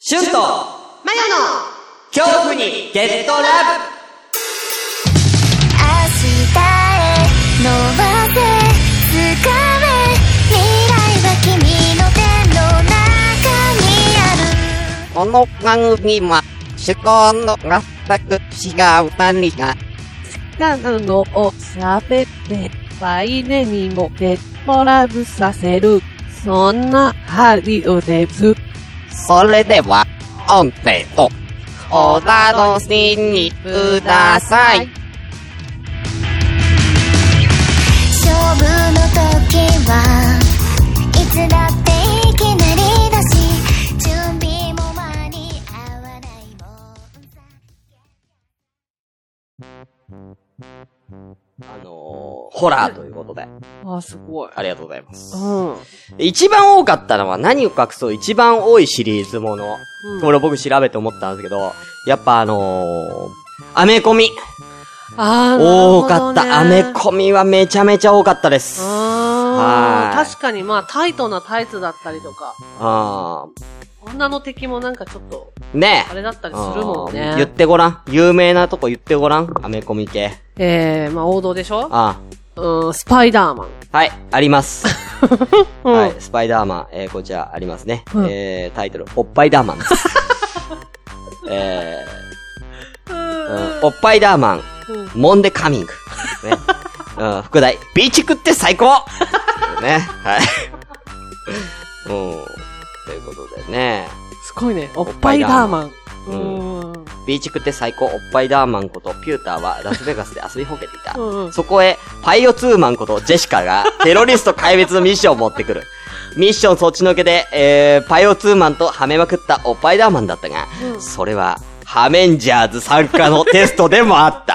シュンとマヨの恐怖にゲットラブ。 明日へ伸ばせ掴め未来は君の手の中にある。 この番組は趣向の全く違う何がなのを喋って来年にもゲットラブさせる、そんなハリオです。 それでは音程とお楽しみください。 勝負の時はいつだっていきなりだし、準備も間に合わないもんホラーということで。 あ、すごい。 ありがとうございます。 うん。 一番多かったのは何を隠そう一番多いシリーズもの。これ僕調べて思ったんですけど、やっぱアメコミ。多かった。アメコミはめちゃめちゃ多かったです。 はい。確かにまあタイトなタイツだったりとか。女の敵もなんかちょっと。 ねあれだったりするもんね。 言ってごらん。有名なとこ言ってごらん。アメコミ系。 まあ王道でしょ？スパイダーマン。 はい、あります。はい、スパイダーマン、こちらありますね。タイトル、おっぱいダーマンです。おっぱいダーマン、モンデカミング。ね。副題、ビーチクって最高ね、はい。ということでね。 すごいね、おっぱいダーマン。 ビーチクって最高、おっぱいダーマンことピューターはラスベガスで遊びほけていた。そこへ、パイオツーマンことジェシカがテロリスト壊滅のミッションを持ってくる。ミッションそっちのけで、パイオツーマンとはめまくったおっぱいダーマンだったが、それは、ハメンジャーズ参加のテストでもあった。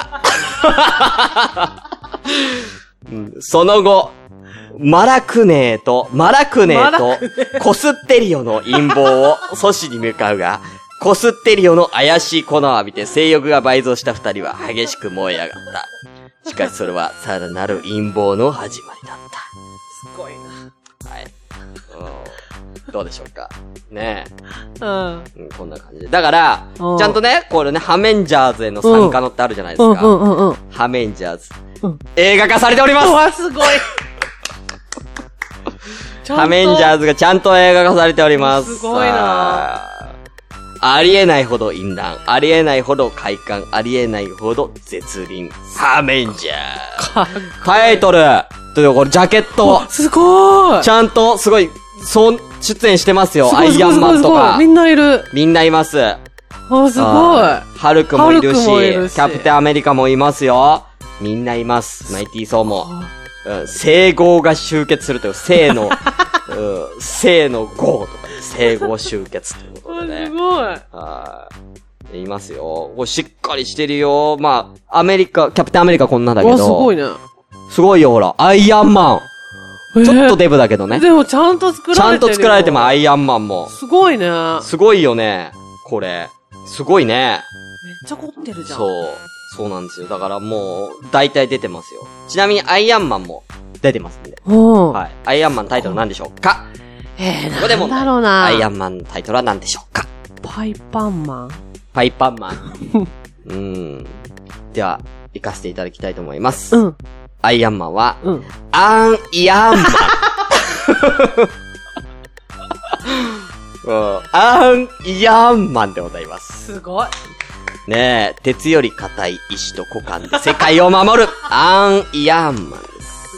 その後、マラクネーとコスッテリオの陰謀を阻止に向かうが、コスッテリオの怪しい粉を浴びて性欲が倍増した二人は激しく燃え上がった。しかしそれはさらなる陰謀の始まりだった。 すごいな。 はい。どうでしょうか。ねえ。こんな感じで。だから、ちゃんとね、これね、ハメンジャーズへの参加のってあるじゃないですか。ハメンジャーズ。映画化されております。 うわ、すごい。 ハメンジャーズがちゃんと映画化されております。 すごいな。 ありえないほど淫乱、ありえないほど快感、ありえないほど絶倫。ハメンジャー。タイトル。これジャケット。 すごい。 ちゃんとすごい、出演してますよ。アイアンマンとか。 みんないる。 みんないます。 すごい。 ハルクもいるし、キャプテンアメリカもいますよ。みんないます。マイティーソーも。整合が集結するという、性の合とか、整合集結ということでね。 すごい。 いますよ。これしっかりしてるよ。まあ、キャプテンアメリカこんなんだけど。 すごいね。 すごいよ、ほら。アイアンマン。ちょっとデブだけどね。 でもちゃんと作られてるよ。 ちゃんと作られてもアイアンマンも。 すごいね。 すごいよね。これ。すごいね。 めっちゃ凝ってるじゃん。 そうなんですよ。だからもう、大体出てますよ。ちなみにアイアンマンも出てますんで。はい。アイアンマンタイトル何でしょうか？ここでもなんだろうな。 アイアンマンタイトルは何でしょうか？ パイパンマン。 パイパンマン。では、行かせていただきたいと思います。アイアンマンは、アンイアンマン。アンイアンマンでございます。 すごい。 ねえ、鉄より硬い石と股間で世界を守るアンイアンマンです。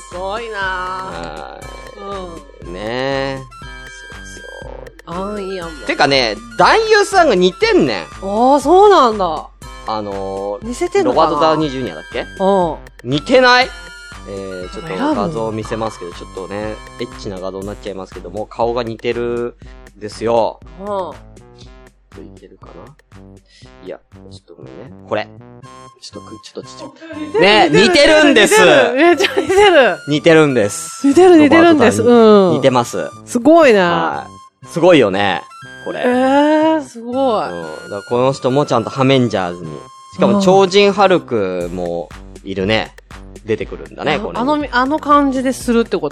すごいなぁ。ねえ。 そう。アンイアンマン。 てかね、男優さんが似てんねん。 そうなんだ。 似せてんのかな？ ロバート・ダウニー・ジュニアだっけ？似てない？ちょっと画像を見せますけど、ちょっとね、エッチな画像になっちゃいますけども、顔が似てるんですよ。いけるかないや、ちょっとごめんね。これ。ちょっと。ね、似てるんです。 めっちゃ似てる。 似てるんです。 似てるんです。 似てます。 すごいな。 すごいよね。これ。 すごい。 だからこの人もちゃんとハメンジャーズに。しかも超人ハルクもいるね。 出てくるんだね、これ。 あの感じでするってこと？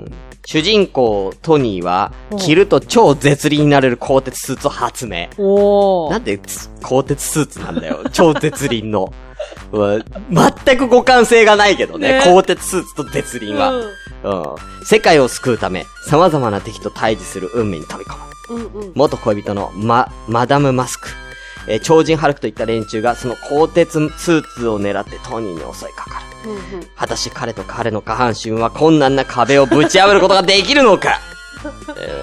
主人公、トニーは、着ると超絶倫になれる鋼鉄スーツを発明。なんで鋼鉄スーツなんだよ。超絶倫の。全く互換性がないけどね。鋼鉄スーツと絶倫は。世界を救うため、様々な敵と対峙する運命に飛び込む。元恋人のマダム・マスク。超人ハルクといった連中がその鋼鉄スーツを狙ってトニーに襲いかかる。果たして彼と彼の下半身は困難な壁をぶち破ることができるのかことですよね。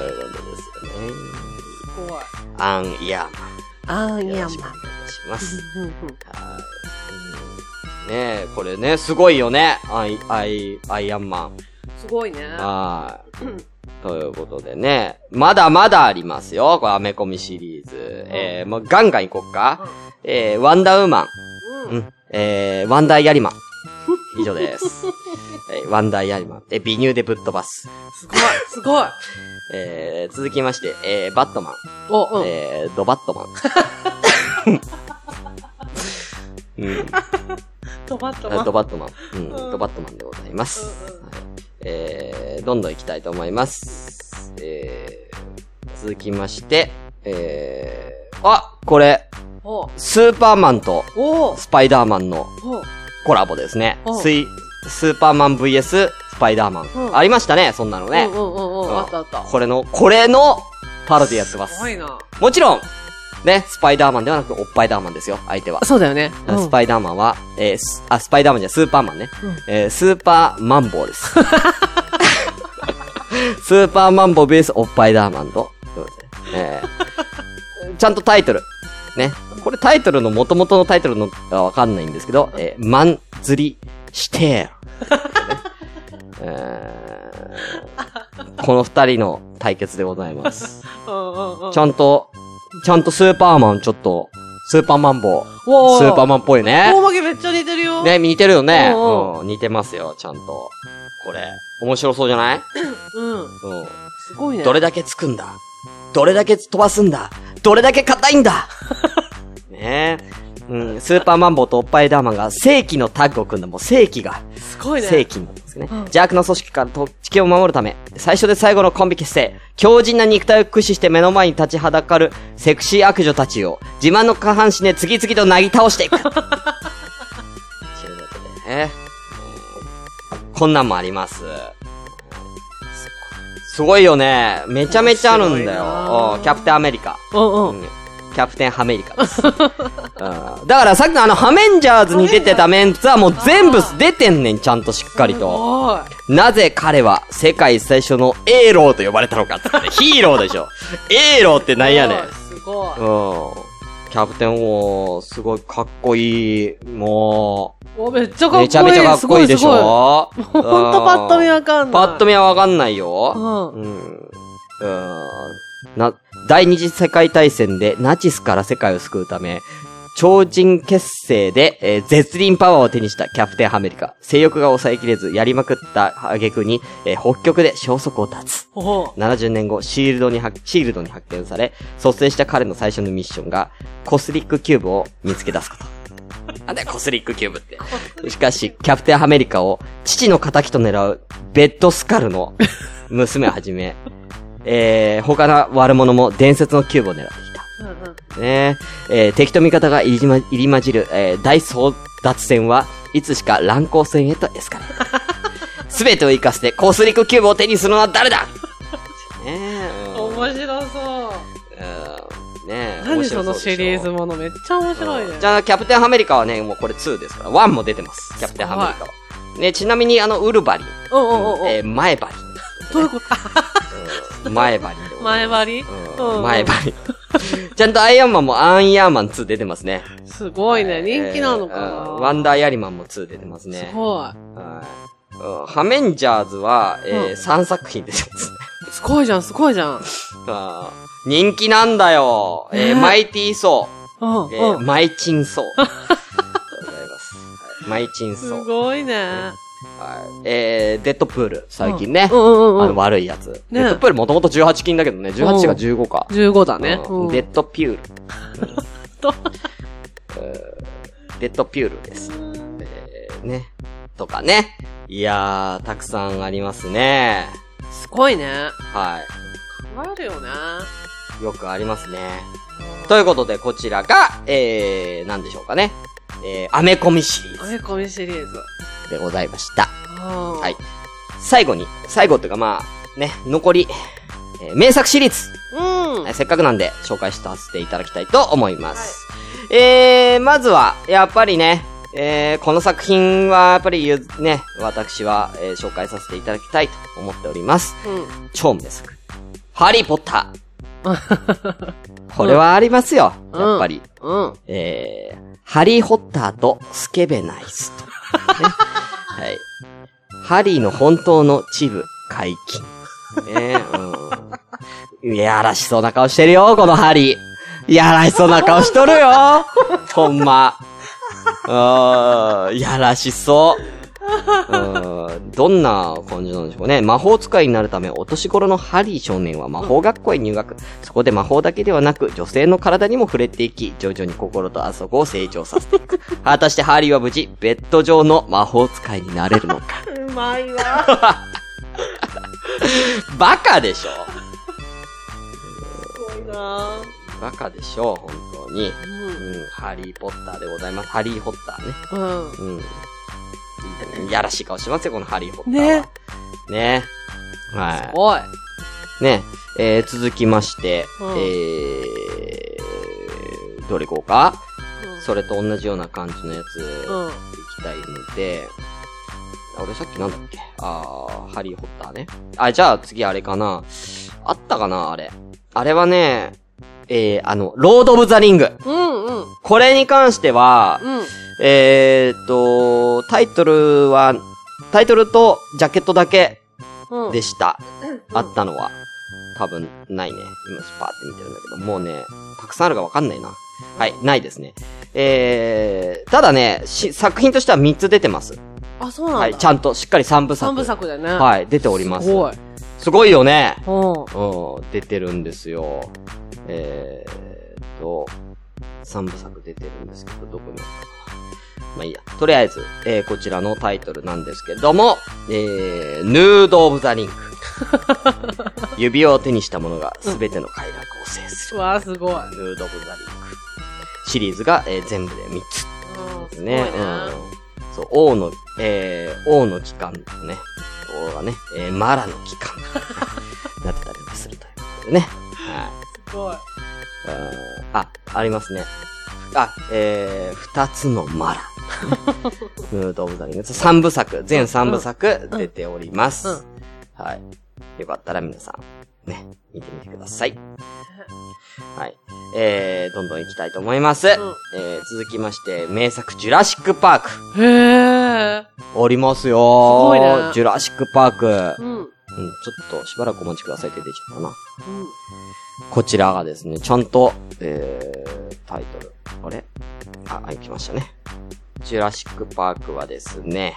怖い。 アン・ヤーマン。 アン・ヤーマン。 よろしくお願いします。ねえ、これね、すごいよね。アイアンマン。 すごいね。 はい。ということでね、まだまだありますよ。これアメコミシリーズ。もうガンガンいこっか。ワンダーウーマン。ワンダーヤリマン。以上です。ワンダーヤリマン。微乳でぶっ飛ばす。 すごい、すごい。 続きまして、バットマン。ドバットマン。 ドバットマン。 ドバットマン。ドバットマンでございます。どんどん行きたいと思います。続きまして、これ、スーパーマンとスパイダーマンのコラボですね。スーパーマン VS スパイダーマン。ありましたね、そんなのね。 あったあった。 これのパロディやってます。 すごいな。 もちろん、ね、スパイダーマンではなくおっぱいダーマンですよ、相手は。 そうだよね。 スパイダーマンは、スパイダーマンじゃスーパーマンね。スーパーマンボウです。スーパーマンボウ VS おっぱいダーマンと、ちゃんとタイトル。ね。これタイトルの元々のタイトルのがわかんないんですけど、マンズリシテール。この二人の対決でございます。ちゃんとスーパーマンちょっと、スーパーマンボウ。スーパーマンっぽいね。 大負けめっちゃ似てるよ。 ね、似てるよね。似てますよ、ちゃんと。これ、面白そうじゃない？ すごいね。 どれだけつくんだ？どれだけ飛ばすんだ？どれだけ硬いんだ？ねえ。スーパーマンボウとおっぱいダーマンが正規のタッグを組んだ、もう正規が。 すごいね。 正規なんですね。邪悪の組織から地球を守るため、最初で最後のコンビ結成、強靭な肉体を駆使して目の前に立ちはだかるセクシー悪女たちを自慢の下半身で次々となぎ倒していく。ということでね。こんなんもあります。すごいよね。めちゃめちゃあるんだよ。キャプテンアメリカ。キャプテンハメリカです。だからさっきのハメンジャーズに出てたメンツはもう全部出てんねん、ちゃんとしっかりと。なぜ彼は世界最初のエーローと呼ばれたのかってって、ヒーローでしょ。エーローってなんやねん。 すごい。 キャプテンもすごいかっこいい。もう。めっちゃかっこいい。 めちゃめちゃかっこいいでしょ。 ほんとパッと見わかんない。 パッと見はわかんないよ。第二次世界大戦でナチスから世界を救うため、超人結成で、絶倫パワーを手にしたキャプテンアメリカ。性欲が抑えきれずやりまくった挙句に、北極で消息を絶つ。70年後、シールドに発見され、率先した彼の最初のミッションが、コスリックキューブを見つけ出すこと。なんだよ、コスリックキューブって。しかし、キャプテンアメリカを父の仇と狙うベッドスカルの娘をはじめ、他の悪者も伝説のキューブを狙ってきた。ね敵と味方が入り混じる、大争奪戦はいつしか乱交戦へとエスカレート。すべてを生かしてコスリックキューブを手にするのは誰だ？ 面白そう。 何そのシリーズものめっちゃ面白いね。 じゃあ、キャプテンアメリカはね、もうこれ2ですから、1も出てます。キャプテンアメリカは。ね、ちなみにウルバリン。前張り。 どういうこと前張り。 前張り前張り。ちゃんとアイアンマンもアンヤーマン2出てますね。 すごいね。人気なのかな。 ワンダーヤリマンも2出てますね。 すごい。 ハメンジャーズは、3作品出てます。 すごいじゃん、すごいじゃん。 人気なんだよ。マイティーソー。マイチンソー。ございます。マイチンソー。 すごいね。 デッドプール、最近ね。悪いやつ。デッドプールもともと18禁だけどね、18が15か。 15だね。 デッドピュール。デッドピュールです。ね。 とかね。いやー、たくさんありますね。 すごいね。 は考えるよね。 い。よくありますね。ということで、こちらが、なんでしょうかね。アメコミシリーアメコミシリーズ。 ズでございました。 は。 はいい。最後っていうかまあ、ね、残り、名作シリーズ。 うん。 せっかくなんで紹介させていただきたいと思います。まずは、やっぱりね、この作品は、やっぱりね、私は、紹介させていただきたいと思っております。超名作。ハリーポッター。これはありますよ。やっぱり。ハリーホッターとスケベナイスと。はい。ハリーの本当のチブ解禁。ね、いやらしそうな顔してるよ、このハリー。いやらしそうな顔しとるよ。ほんま。いやらしそう。どんな感じなんでしょうね。魔法使いになるため、お年頃のハリー少年は魔法学校へ入学。そこで魔法だけではなく、女性の体にも触れていき、徐々に心とあそこを成長させていく。果たしてハリーは無事、ベッド上の魔法使いになれるのか。 うまいわ。 バカでしょ。 すごいなバカでしょ、本当に。ハリーポッターでございます。ハリーホッターね。いやらしい顔しますよ、このハリーホッターは。ね。はい。 すごい。 ね。続きまして、どれ行こうか、それと同じような感じのやつ、いきたいので、俺さっきなんだっけハリーホッターね。じゃあ次あれかな。あったかなあれ。あれはね、ロード・オブ・ザ・リング。これに関しては、タイトルとジャケットだけでした。あったのは。多分、ないね。今、パーって見てるんだけど、もうね、たくさんあるかわかんないな。はい、ないですね。ただね、作品としては3つ出てます。 あ、そうなんだ。 はい、ちゃんと、しっかり3部作。 3部作だね。 はい、出ております。 すごい。 すごいよね。 出てるんですよ。3部作出てるんですけど、どこにあったかな。まあいいや。とりあえず、こちらのタイトルなんですけども、ヌード・オブ・ザ・リンク。指輪を手にした者が全ての快楽を制する。 わー、すごい。 ヌード・オブ・ザ・リンク。シリーズが、全部で3つ。ですね。そう、王の機関のね、王がね、マラの機関なってたりするということでね。はい。 すごい。 ありますね。2つのマラ。ヌード・オブ・ザ・リング。3部作、全3部作出ております。はい。よかったら皆さん、ね、見てみてください。はい。どんどん行きたいと思います。続きまして、名作ジュラシック・パーク。 へー。 おりますよ。 すごいね。 ジュラシック・パーク。ちょっとしばらくお待ちくださいって出ちゃったな。こちらがですね、ちゃんと、タイトル。あれ？行きましたね。ジュラシック・パークはですね、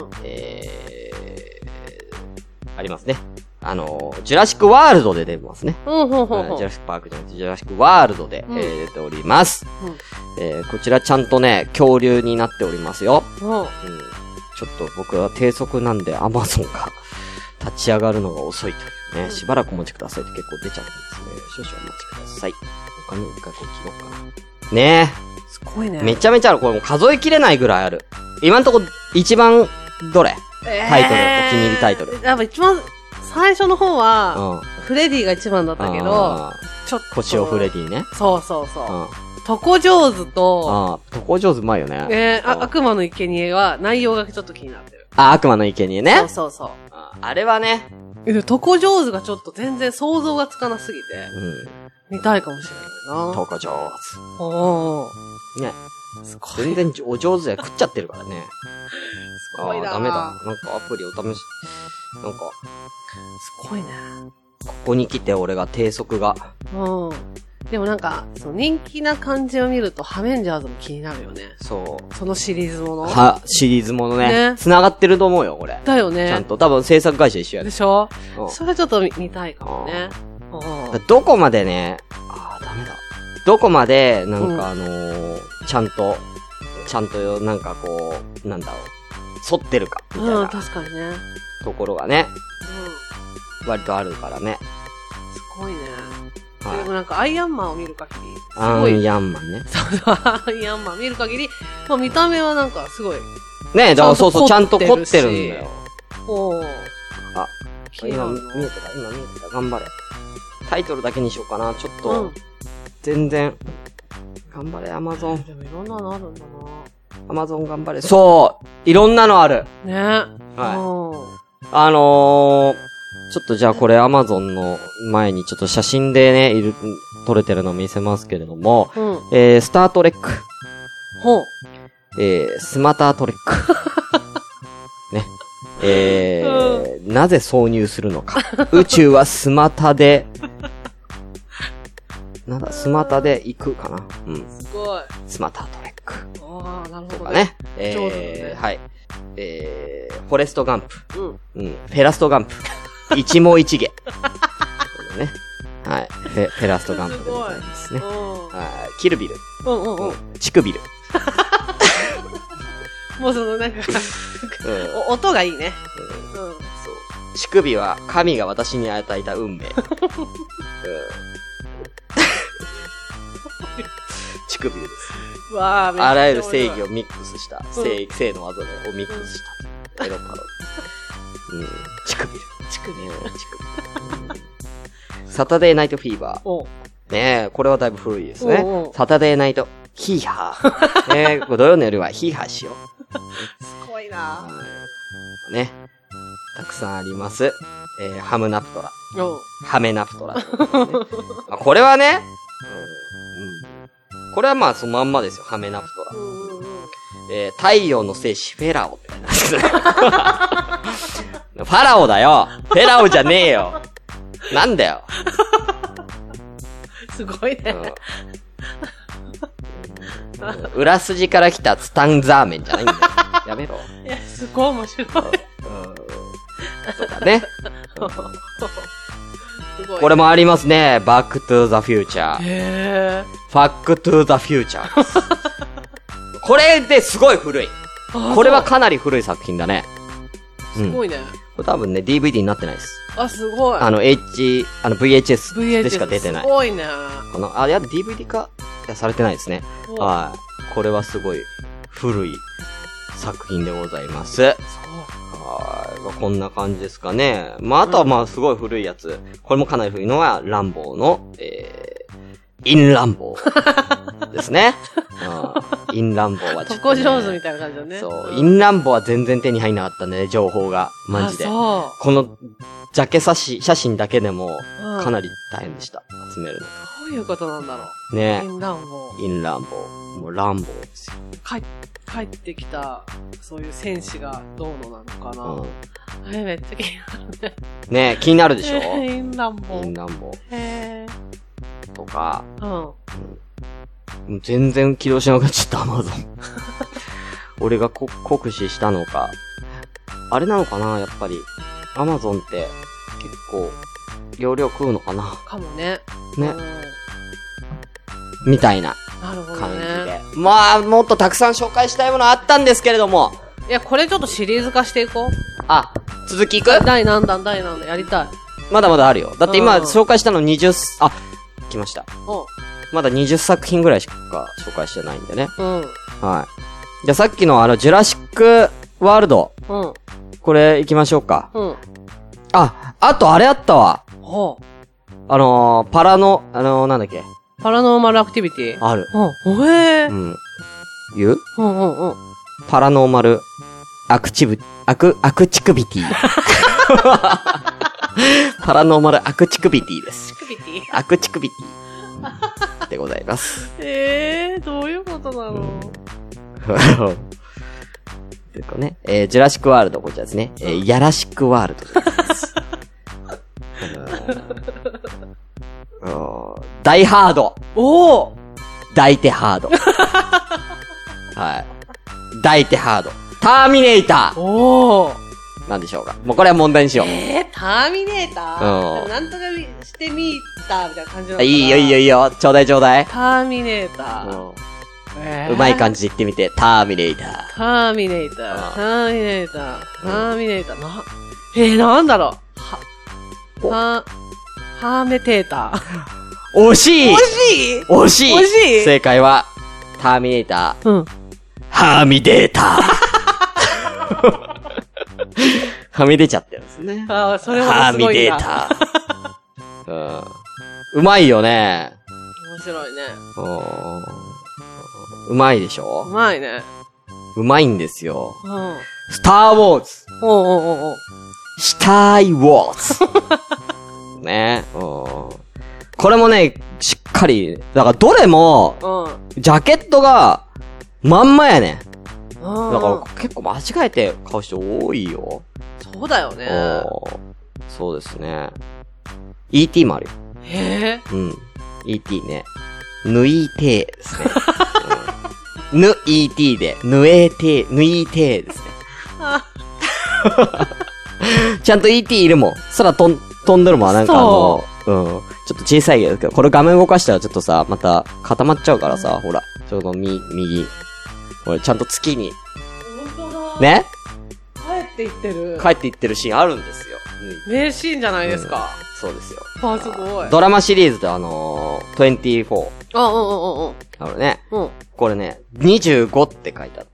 ありますね。ジュラシック・ワールドで出てますね。ジュラシック・パークじゃなくて、ジュラシック・ワールドで、出ております。こちらちゃんとね、恐竜になっておりますよ。ちょっと僕は低速なんで、アマゾンが立ち上がるのが遅いというね、しばらくお待ちくださいって結構出ちゃったんですね。少々お待ちください。他に一回こう切ろうかな。ねえ。 すごいね。 めちゃめちゃある。これもう数えきれないぐらいある。今んとこ一番、どれ？タイトル、お気に入りタイトル。 やっぱ一番、最初の方は、フレディが一番だったけど、ちょっと。 腰をフレディね。 そうそうそう。トコジョーズと、 トコジョーズうまいよね。 悪魔の生贄は内容がちょっと気になってる。 悪魔の生贄ね。 そうそう。 あれはね。 トコジョーズがちょっと全然想像がつかなすぎて、見たいかもしれないな。 トコジョーズ。ね。 すごい。 全然お上手で食っちゃってるからね。 すごいな。 ダメだ。なんかアプリお試し、なんか。 すごいね。 ここに来て俺が低速が。 でもなんか、その人気な感じを見ると、ハメンジャーズも気になるよね。 そう。 そのシリーズもの。 シリーズものね。繋がってると思うよ、これ。 だよね。 ちゃんと。多分制作会社一緒やで。 でしょ？それちょっと見たいかもね。 どこまでね、ダメだ。どこまで、なんかちゃんと、なんかこう、なんだろう。 沿ってるか、みたいな確かにね。 ところがね、割とあるからね。 すごいね。 はいでもなんかアイアンマンを見る限り、すアごい。 イアンマンね。 そうそう、アイアンマン見る限り、まあ見た目はなんかすごい。 ねえ、だからそうそう、ちゃんと凝ってるんだよ。 おー。 あ、今見えてた、頑張れ。タイトルだけにしようかな、ちょっと、全然、頑張れ、アマゾン。 でもいろんなのあるんだアマゾン頑張れ。そう、いろんなのある。 な。ね。 はいちょっとじゃあこれ Amazon の前にちょっと写真でね、撮れてるのを見せますけれども、スタートレック。 ほう。 スマタートレック。ね。なぜ挿入するのか。宇宙はスマタで、なんだ、スマタで行くかな。うん。 すごい。 スマタートレック。 ああ、なるほど。 とかね。はい。フォレストガンプ。フェラストガンプ。一毛一毛。ね。はい。フェラストガンプでございますね。はい。キルビル。チクビル。 もうそのなんか、音がいいね。 そう。乳首は神が私に与えた運命。乳首です。 わあらゆる正義をミックスした、性の技をミックスした。エロパロ。乳首。サタデーナイトフィーバー。ねえ、これはだいぶ古いですね。サタデーナイト、ヒーハー。ねえ、土曜の夜はヒーハーしよう。 すごいなね。たくさんあります。ハムナプトラ。ハメナプトラ、ね。これはね、これはまあそのまんまですよ、ハメナプトラ。太陽の戦士フェラオってなんですね。ファラオだよ。フェラオじゃねえよ。なんだよ。 すごいね。 裏筋から来たツタンザーメンじゃないんだよ。やめろ。 いや、すごい面白い。 とかね。これもありますね。バックトゥーザフューチャー。ファックトゥーザフューチャー。これですごい古い。これはかなり古い作品だね。 すごいね。 これ多分ね、DVD になってないです。 あ、すごい。 VHS でしか出てない。 すごいね。 いや、DVD 化されてないですね。はい。これはすごい古い作品でございます。はい。こんな感じですかね。まあ、あとはまあ、すごい古いやつ。これもかなり古いのが、ランボーの、インランボーですね。インランボーはちょっと、ね。 トコジョーズみたいな感じだね。 そう。インランボーは全然手に入んなかったね、情報が。マジで。この、ジャケ写真だけでも、かなり大変でした。集めるの。 どういうことなんだろう。 ね。 インランボー。 インランボー。もうランボーですよ。 帰ってきた、そういう戦士がどうのなのかな。めっちゃ気になるね。 ね、気になるでしょ。 インランボー。 インランボー。 へー。とか。全然起動しなくなっちゃった、アマゾン。俺が酷使したのか。あれなのかな、やっぱり。アマゾンって結構容量食うのかな。 かもね。 ね。みたいな感じで。 ね、 まあ、もっとたくさん紹介したいものあったんですけれども。 いや、これちょっとシリーズ化していこう。 あ、続きいく？ 第何弾やりたい。 まだまだあるよ。だって今紹介したの来ました。まだ20作品ぐらいしか紹介してないんでね。はい。じゃあさっきのジュラシックワールド。これ行きましょうか。あとあれあったわ。パラノ、なんだっけ。 パラノーマルアクティビティある。言うパラノーマルアクチクビティ。パラノーマルアクチクビティです。アクチクビティ。でございます。 どういうことなの？ というかね、ジュラシックワールド、こちらですね。ヤラシックワールドです。ダイハード。抱いてハード。はい。抱いてハード。ターミネーター。なんでしょうか。もうこれは問題にしよう。 ターミネーター？なんとかしてみたみたいな感じなのかな。 いいよ。ちょうだい。 ターミネーター。 うまい感じで言ってみて、ターミネーター。 ターミネーター。ターミネーター。ターミネーター。なんだろう。ハーメテーター。 惜しい惜しい正解は、ターミネーター。 うん。 ハーミデーター。はみ出ちゃってるんですね。 ああ、それハーミはすごいな。 データー。うまいよね。 面白いね。 うまいでしょうまいね。 うまいんですよ。 うん。 スターウォーズ。 おう。 スターウォーズ。ね。これもね、しっかり、だからどれも、ジャケットが、まんまやね。だから結構間違えて買う人多いよ。 そうだよね。 そうですね。ET もあるよ。 へぇ。 うん。ET ね。ぬいてーですね。ぬ ET で、ぬえてー、ぬいてーですね。ちゃんと ET いるもん。空飛んでるもん。なんかちょっと小さいけど、これ画面動かしたらちょっとさ、また固まっちゃうからさ、ほら、ちょうど右。これちゃんと月に。 本当だ。 ね？ 帰っていってる。 帰っていってるシーンあるんですよ。 名シーンじゃないですか。 そうですよ。 あ、すごい。 ドラマシリーズで24。あるね。これね、25って書いてあって、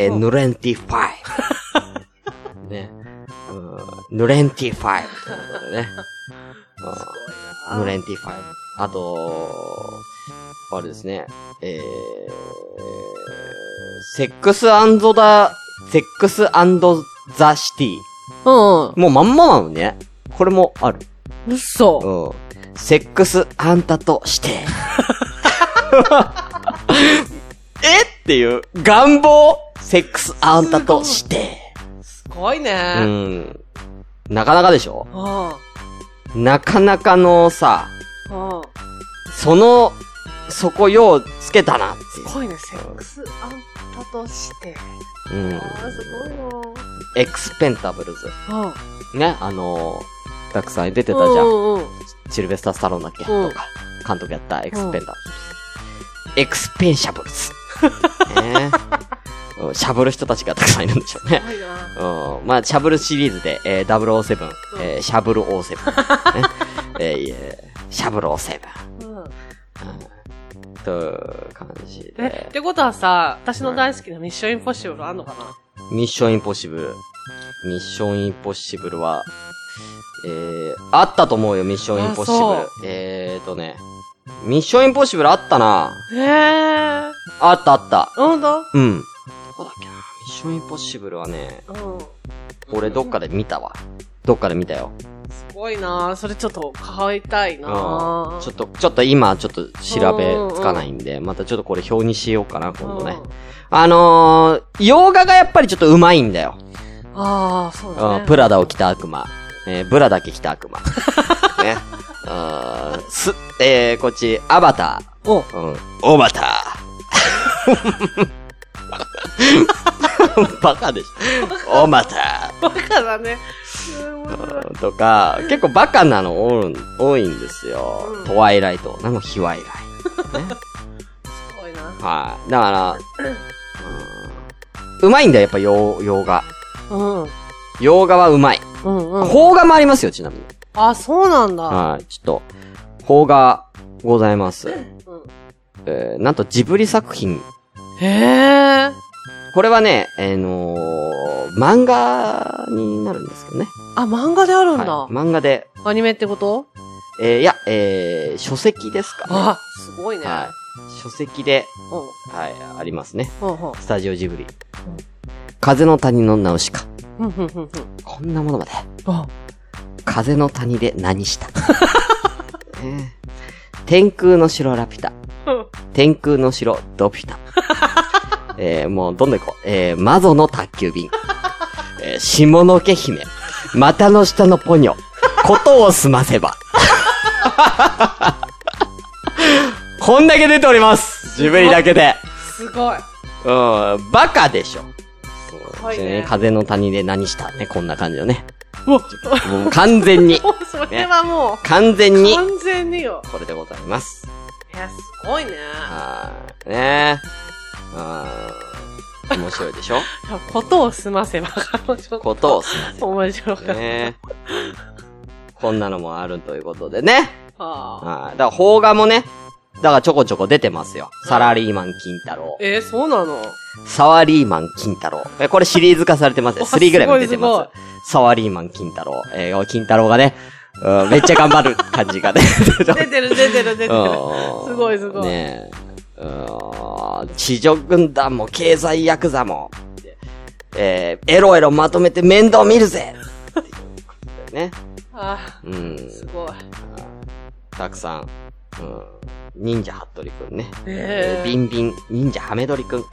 ヌレンティファイ。ね。ヌレンティファイ。ってことでね。ヌレンティファイ。あと、あれですね。セックス&ザシティ。もうまんまなのね。これもある。 嘘。 セックスあんたとして。っていう、願望セックスあんたとして。 すごいね。 なかなかでしょ？なかなかのさ、そこようつけたなって。 すごいね、セックスあんたとして。すごいな。 エクスペンタブルズ。ね、たくさん出てたじゃん。シルベスター・スタローンだっけとか、監督やったエクスペンタブルズ。エクスペンシャブルズ。しゃぶる人たちがたくさんいるんでしょうね。まあ、しゃぶるシリーズで、007、しゃぶる07。しゃぶる07。という感じで。 ってことはさ、私の大好きなミッションインポッシブルあんのかな？ ミッションインポッシブル。ミッションインポッシブルは、あったと思うよ、ミッションインポッシブル。ミッションインポッシブルあったな。あった。 ほんと？ うん。どこだっけな。ミッションインポッシブルはね、俺どっかで見たわ。どっかで見たよ。 すごいなぁ。それちょっと買いたいなぁ。 ちょっと今ちょっと調べつかないんで、またちょっとこれ表にしようかな、今度ね。洋画がやっぱりちょっと上手いんだよ。 そうだね。 プラダを着た悪魔。ブラだけ着た悪魔。ね。こっち、アバター。オバター。バカでしょ。オバター。バカだね。 とか、結構バカなの多いんですよ。トワイライト。なのヒワイライト。ね。 すごいな。 はい。だから、うまいんだよ、やっぱ洋画。洋画はうまい。邦画もありますよ、ちなみに。 そうなんだ。 はい。ちょっと、邦画ございます。なんとジブリ作品。これはね、漫画になるんですけどね。 漫画であるんだ。 漫画で。 アニメってこと？ いや、書籍ですかね。 すごいね。 書籍で、はい、ありますね。スタジオジブリ。風の谷のナウシカ。こんなものまで。風の谷で何した天空の城ラピュタ。天空の城ドピュタ。もうどんどん行こう。魔女の宅急便。下の毛姫。股の下のポニョ。ことを済ませば。こんだけ出ております。ジブリだけで。 すごい。 バカでしょ。 風の谷で何したね。こんな感じよね。もう完全に。 それはもう。 完全によ。 これでございます。 すごいね。 ね面白いでしょ？ ことを済ませば彼女。 ことを済ませば。 面白かった。 ね。こんなのもあるということでね。 はだから邦画もね、だからちょこちょこ出てますよ。サラリーマン金太郎。 そうなの？ サワリーマン金太郎。これシリーズ化されてますよ。3ぐらいも出てます。サワリーマン金太郎。金太郎がね、めっちゃ頑張る感じがね。 出てる。すごい。 ね地上軍団も経済ヤクザも、エロエロまとめて面倒見るぜね。すごい。たくさん、忍者ハットリくんね。ビンビン、忍者ハメドリくん。ね。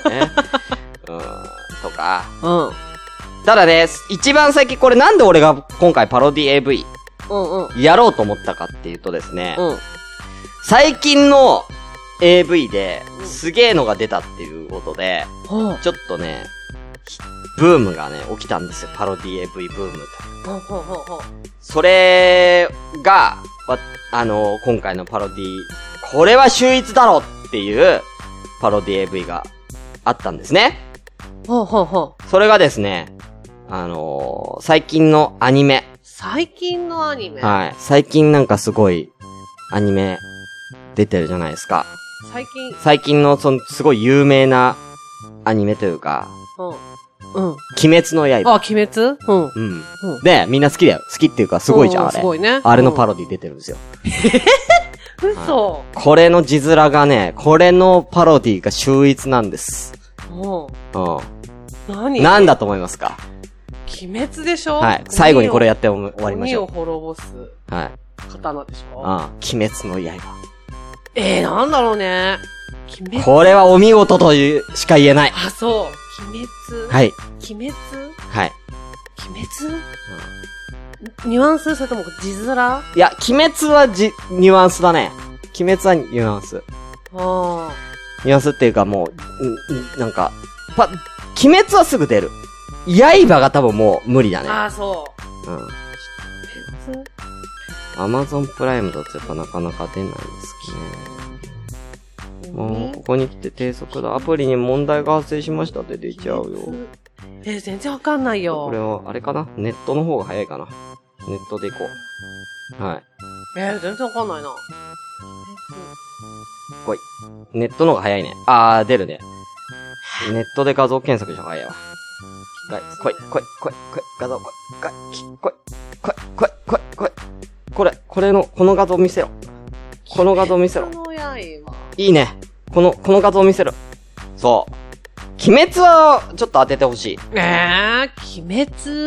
とか。ただね、一番最近これなんで俺が今回パロディ AV やろうと思ったかっていうとですね、最近の AV ですげえのが出たっていうことで、ちょっとね、ブームがね、起きたんですよ。パロディ AV ブームと。それが、今回のパロディ、これは秀逸だろっていうパロディ AV があったんですね。それがですね、最近のアニメ。 最近のアニメ？ はい。最近なんかすごいアニメ出てるじゃないですか。最近のすごい有名なアニメというか、鬼滅の刃。 鬼滅？ で、みんな好きだよ。好きっていうかすごいじゃん、あれ。 すごいね。 あれのパロディ出てるんですよ。 嘘。 これの字面がね、これのパロディが秀逸なんです。なんだと思いますか？ 鬼滅でしょ？ はい。最後にこれやって終わりましょう。 鬼を滅ぼす。 はい。 刀でしょ？ 鬼滅の刃。 なんだろうね。 これはお見事というしか言えない。 そう。鬼滅？ はい。 鬼滅？ はい。 鬼滅？ニュアンス？それとも字面？ いや、鬼滅はニュアンスだね。鬼滅はニュアンス。ニュアンスっていうかもう、なんか、鬼滅はすぐ出る。刃が多分もう無理だね。 そう。 Amazon プライムだとやっぱなかなか出ないですね。もう、ここに来て低速だ。アプリに問題が発生しましたって出ちゃうよ。 全然わかんないよ。 これは、あれかな？ネットの方が早いかな。ネットで行こう。はい。 全然わかんないな。 来い。ネットの方が早いね。出るね。ネットで画像検索した方が早いわ。来い。画像来い。これの、この画像見せろ。この画像見せろ。いいね。この画像見せろ。そう。鬼滅は、ちょっと当ててほしい。 鬼滅？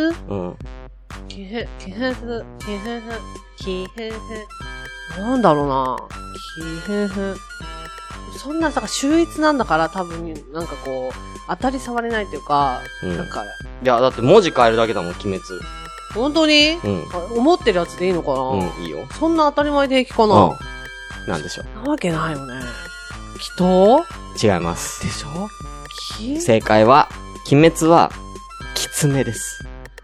なんだろうな。そんなさ、秀逸なんだから多分、なんかこう、当たり障れないっていうか、なんか。 いや、だって文字変えるだけだもん、鬼滅。 本当に？思ってるやつでいいのかな？ いいよ。 そんな当たり前で平気かな？ なんでしょう。 なわけないよね。人？ 違います。 でしょ？ 正解は、鬼滅は、きつめです。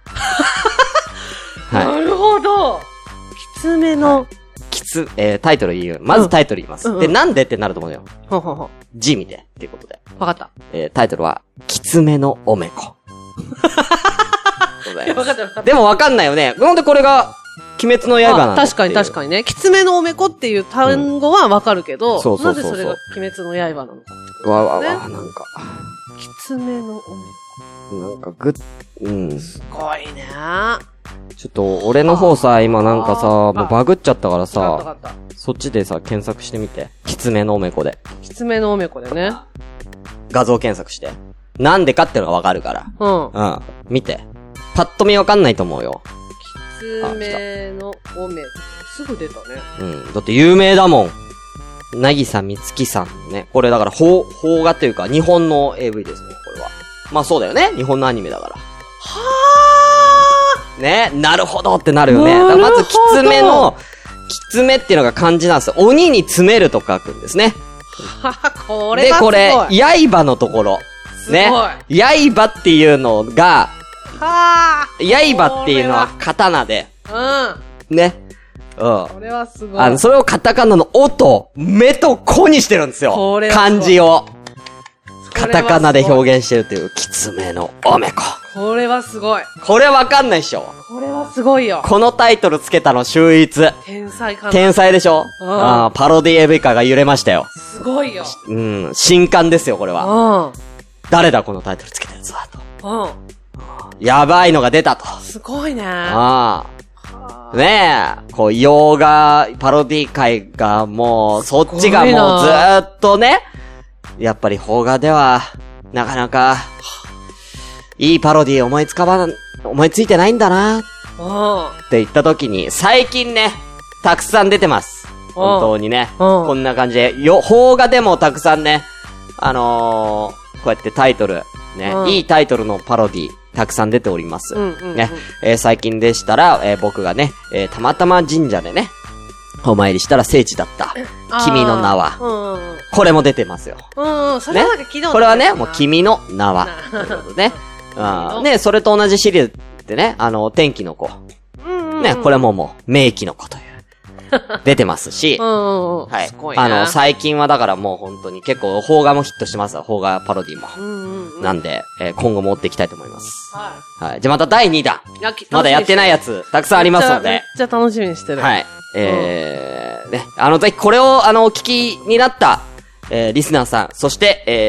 なるほど。きつめの、 タイトル言う。まずタイトル言います。で、なんでってなると思うよ。字見て、っていうことで。 わかった。 タイトルは、きつめのおめこ。 わかった。 でもわかんないよね。なんでこれが、鬼滅の刃なんだ。 確かにね。きつめのおめこっていう単語はわかるけど、なぜそれが鬼滅の刃なのか。 なんか。 きつめのおめこ。なんかすごいね。 ちょっと、俺の方さ、今なんかさ、もうバグっちゃったからさ、そっちでさ、検索してみて。きつめのおめこで。 きつめのおめこでね。 画像検索して。なんでかってのがわかるから。見て。パッと見わかんないと思うよ。 きつめのおめこ。すぐ出たね。 だって有名だもん。なぎさみつきさんのね。これだから、邦画というか、日本の AV ですね、これは。まあそうだよね。日本のアニメだから。ね、なるほどってなるよね。まず、きつめっていうのが漢字なんですよ。鬼に詰めると書くんですね。 これがすごい。 で、これ、刃のところ。ね。刃っていうのが、刃っていうのは刀で。ね。 これはすごい。 それをカタカナのおと、目とこにしてるんですよ。漢字を。 カタカナで表現してるという、きつめのおめこ。 これはすごい。 これわかんないっしょ。 これはすごいよ。 このタイトルつけたの秀逸。 天才かな。 天才でしょ。パロディ AV 化が揺れましたよ。 すごいよ。 新刊ですよ、これは。誰だ、このタイトルつけたやつは、と。やばいのが出たと。 すごいね。 ねえ、こう、洋画、パロディ界がもう、そっちがもうずーっとね、やっぱり邦画では、なかなか、いいパロディ思いついてないんだな、って言った時に、最近ね、たくさん出てます。本当にね。こんな感じで、邦画でもたくさんね、こうやってタイトル、ね、いいタイトルのパロディ、たくさん出ております。ね、最近でしたら、僕がね、たまたま神社でね、お参りしたら聖地だった。君の名は。これも出てますよ。 それはなんか聞いたことない。 これはね、もう君の名は。ということでね。ね、それと同じシリーズってね、天気の子。ね、これももう、名気の子という。出てますし。はい。最近はだからもう本当に結構、邦画もヒットしてますわ。邦画パロディも。なんで、今後も追っていきたいと思います。はい。じゃあまた第2弾。まだやってないやつ、たくさんありますので。 めっちゃ楽しみにしてる。 はい。ね。ぜひこれを、お聞きになった、リスナーさん、そして、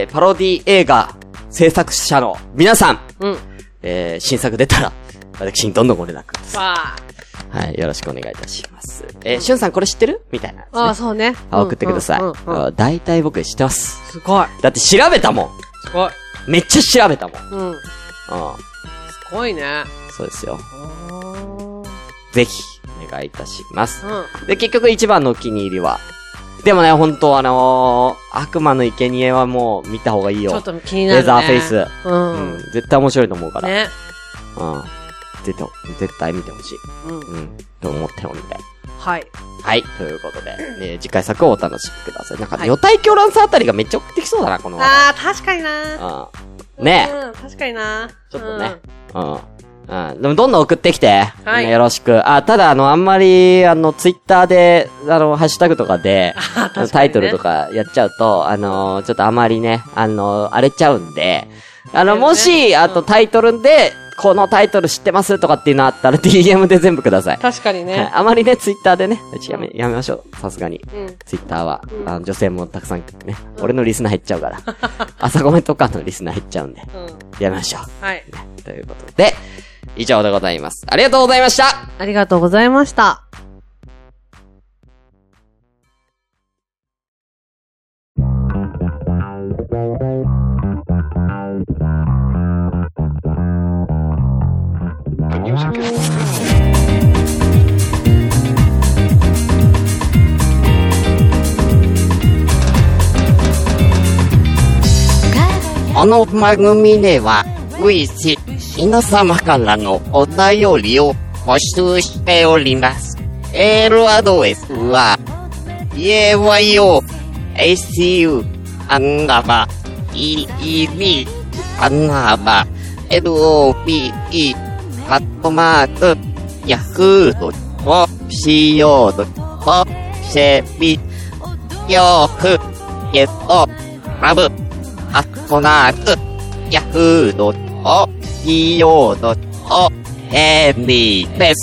パロディ映画制作者の皆さん。新作出たら、私にどんどんご連絡ください。はい。よろしくお願いいたします。しゅんさんこれ知ってるみたいな、 そうね。 送ってください。大体僕知ってます。 すごい。 だって調べたもん。 すごい。 めっちゃ調べたもん。 すごいね。 そうですよ。ぜひ、お願いいたします。で、結局一番のお気に入りは、でもね、本当悪魔の生贄はもう見た方がいいよ。 ちょっと気になるね。 レザーフェイス。絶対面白いと思うから。 ね。 絶対見てほしい。と思ってるんで。 はい。 はい。ということで、次回作をお楽しみください。なんか、女体狂乱さあたりがめっちゃ送ってきそうだな、この。 確かにな。 ね確かにな。 ちょっとね。でもどんどん送ってきて。 はい。 よろしく。ただあんまり、ツイッターで、ハッシュタグとかで、タイトルとかやっちゃうと、ちょっとあまりね、荒れちゃうんで、もし、タイトルで、このタイトル知ってますとかっていうのあったら DM で全部ください。 確かにね。 あまりね、ツイッターでね、やめましょう。さすがに。ツイッターは、女性もたくさんね、俺のリスナー減っちゃうから。朝ごめとかのリスナー減っちゃうんで。やめましょう。 はい。 ということで、以上でございます。ありがとうございました。 ありがとうございました。 この番組では、随時、皆様からのお便りを募集しております。メールアドレスは、yayou_eb_lope_yahoo.co.jp よく、ラブ、yahoo.co.jp です。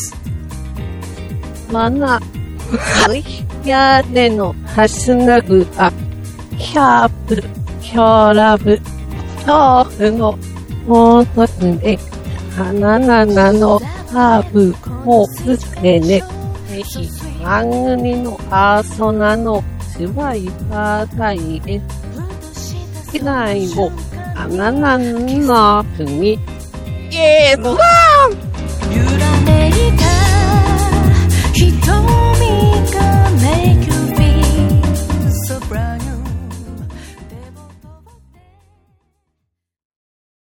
屋根のハッシュタグは、キャープ、キョラブ、豆腐のもう一つで、花々のハーブをつけね、ぜひ番組のパーソナの芝居パータイへ、以外も、花々の国、 イエーイ、 揺らめいた